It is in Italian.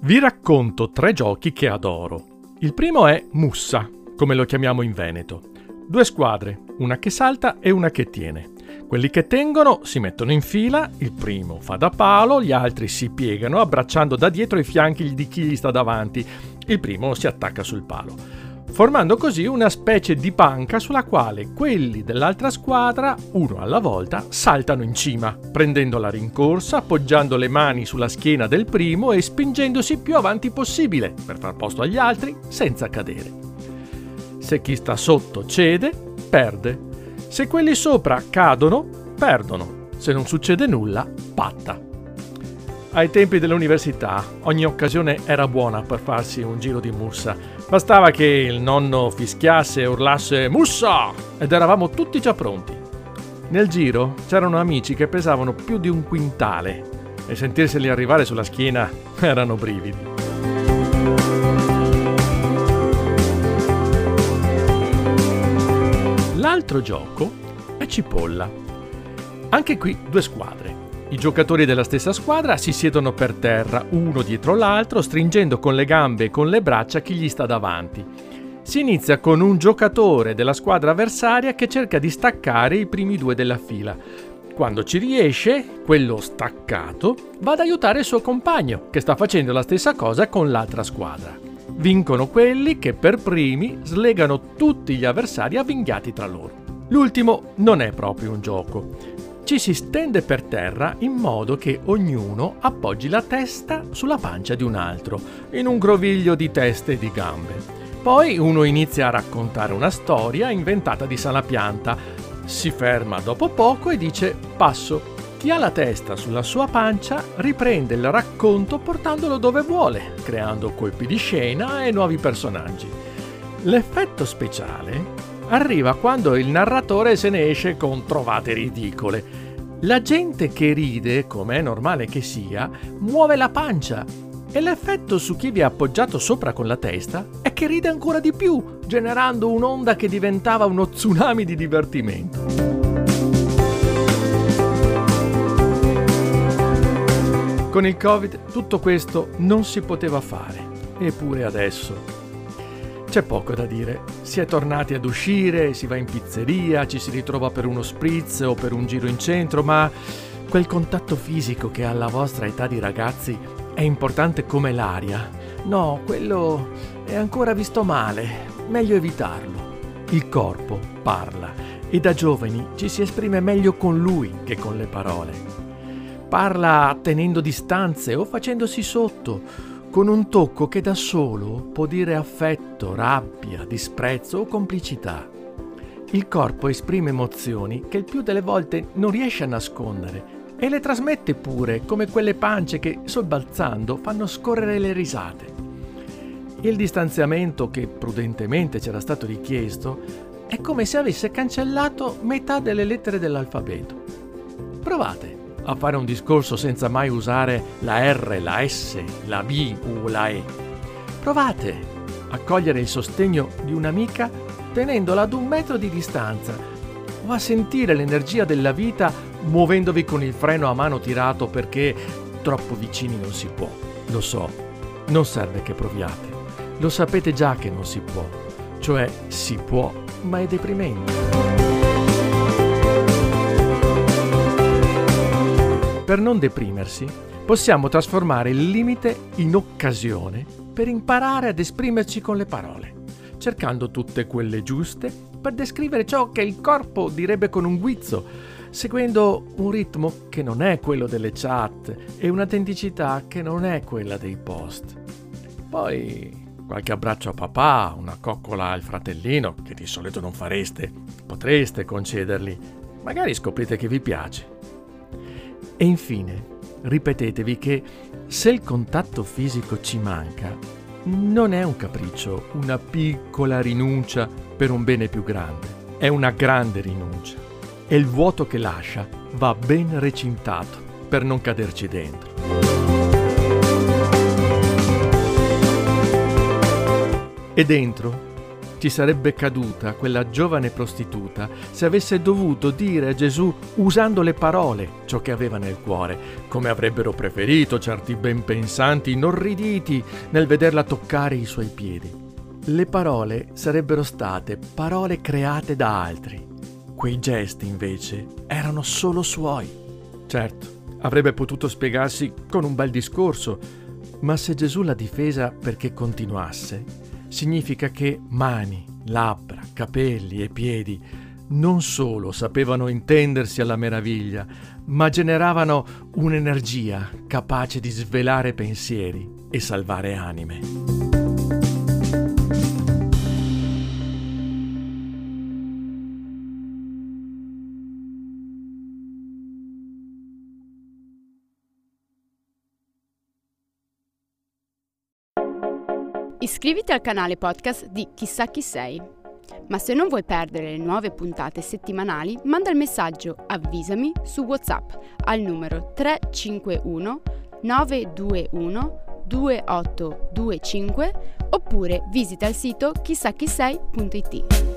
Vi racconto 3 giochi che adoro. Il primo è Mussa, come lo chiamiamo in Veneto. 2 squadre, una che salta e una che tiene. Quelli che tengono si mettono in fila, il primo fa da palo, gli altri si piegano abbracciando da dietro i fianchi di chi gli sta davanti. Il primo si attacca sul palo, formando così una specie di panca sulla quale quelli dell'altra squadra, uno alla volta, saltano in cima, prendendo la rincorsa, appoggiando le mani sulla schiena del primo e spingendosi più avanti possibile per far posto agli altri senza cadere. Se chi sta sotto cede, perde. Se quelli sopra cadono, perdono. Se non succede nulla, patta. Ai tempi dell'università, ogni occasione era buona per farsi un giro di Mussa. Bastava che il nonno fischiasse e urlasse «Mussa!» ed eravamo tutti già pronti. Nel giro c'erano amici che pesavano più di 1 quintale e sentirseli arrivare sulla schiena erano brividi. L'altro gioco è Cipolla. Anche qui 2 squadre. I giocatori della stessa squadra si siedono per terra, uno dietro l'altro, stringendo con le gambe e con le braccia chi gli sta davanti. Si inizia con un giocatore della squadra avversaria che cerca di staccare i primi 2 della fila. Quando ci riesce, quello staccato va ad aiutare il suo compagno, che sta facendo la stessa cosa con l'altra squadra. Vincono quelli che per primi slegano tutti gli avversari avvinghiati tra loro. L'ultimo non è proprio un gioco. Ci si stende per terra in modo che ognuno appoggi la testa sulla pancia di un altro, in un groviglio di teste e di gambe. Poi uno inizia a raccontare una storia inventata di Salapianta, si ferma dopo poco e dice «Passo». Chi ha la testa sulla sua pancia riprende il racconto portandolo dove vuole, creando colpi di scena e nuovi personaggi. L'effetto speciale arriva quando il narratore se ne esce con trovate ridicole. La gente che ride, come è normale che sia, muove la pancia e l'effetto su chi vi è appoggiato sopra con la testa è che ride ancora di più, generando un'onda che diventava uno tsunami di divertimento. Con il Covid tutto questo non si poteva fare, eppure adesso c'è poco da dire. Si è tornati ad uscire, si va in pizzeria, ci si ritrova per uno spritz o per un giro in centro, ma quel contatto fisico che alla vostra età di ragazzi è importante come l'aria, no, quello è ancora visto male, meglio evitarlo. Il corpo parla e da giovani ci si esprime meglio con lui che con le parole. Parla tenendo distanze o facendosi sotto, con un tocco che da solo può dire affetto, rabbia, disprezzo o complicità. Il corpo esprime emozioni che il più delle volte non riesce a nascondere e le trasmette pure come quelle pance che, sobbalzando, fanno scorrere le risate. Il distanziamento che prudentemente c'era stato richiesto è come se avesse cancellato metà delle lettere dell'alfabeto. Provate a fare un discorso senza mai usare la R, la S, la B o la E. Provate a cogliere il sostegno di un'amica tenendola ad 1 metro di distanza o a sentire l'energia della vita muovendovi con il freno a mano tirato perché troppo vicini non si può. Lo so, non serve che proviate. Lo sapete già che non si può. Cioè si può, ma è deprimente. Per non deprimersi, possiamo trasformare il limite in occasione per imparare ad esprimerci con le parole, cercando tutte quelle giuste per descrivere ciò che il corpo direbbe con un guizzo, seguendo un ritmo che non è quello delle chat e un'autenticità che non è quella dei post. Poi qualche abbraccio a papà, una coccola al fratellino, che di solito non fareste, potreste concedergli. Magari scoprite che vi piace. E infine, ripetetevi che se il contatto fisico ci manca, non è un capriccio, una piccola rinuncia per un bene più grande. È una grande rinuncia. E il vuoto che lascia va ben recintato per non caderci dentro. E dentro ci sarebbe caduta quella giovane prostituta se avesse dovuto dire a Gesù, usando le parole, ciò che aveva nel cuore, come avrebbero preferito certi ben pensanti inorriditi nel vederla toccare i suoi piedi. Le parole sarebbero state parole create da altri. Quei gesti, invece, erano solo suoi. Certo, avrebbe potuto spiegarsi con un bel discorso, ma se Gesù l'ha difesa perché continuasse, significa che mani, labbra, capelli e piedi non solo sapevano intendersi alla meraviglia, ma generavano un'energia capace di svelare pensieri e salvare anime. Iscriviti al canale podcast di Chissà chi sei. Ma se non vuoi perdere le nuove puntate settimanali, manda il messaggio Avvisami su WhatsApp al numero 351 921 2825 oppure visita il sito chissachisei.it.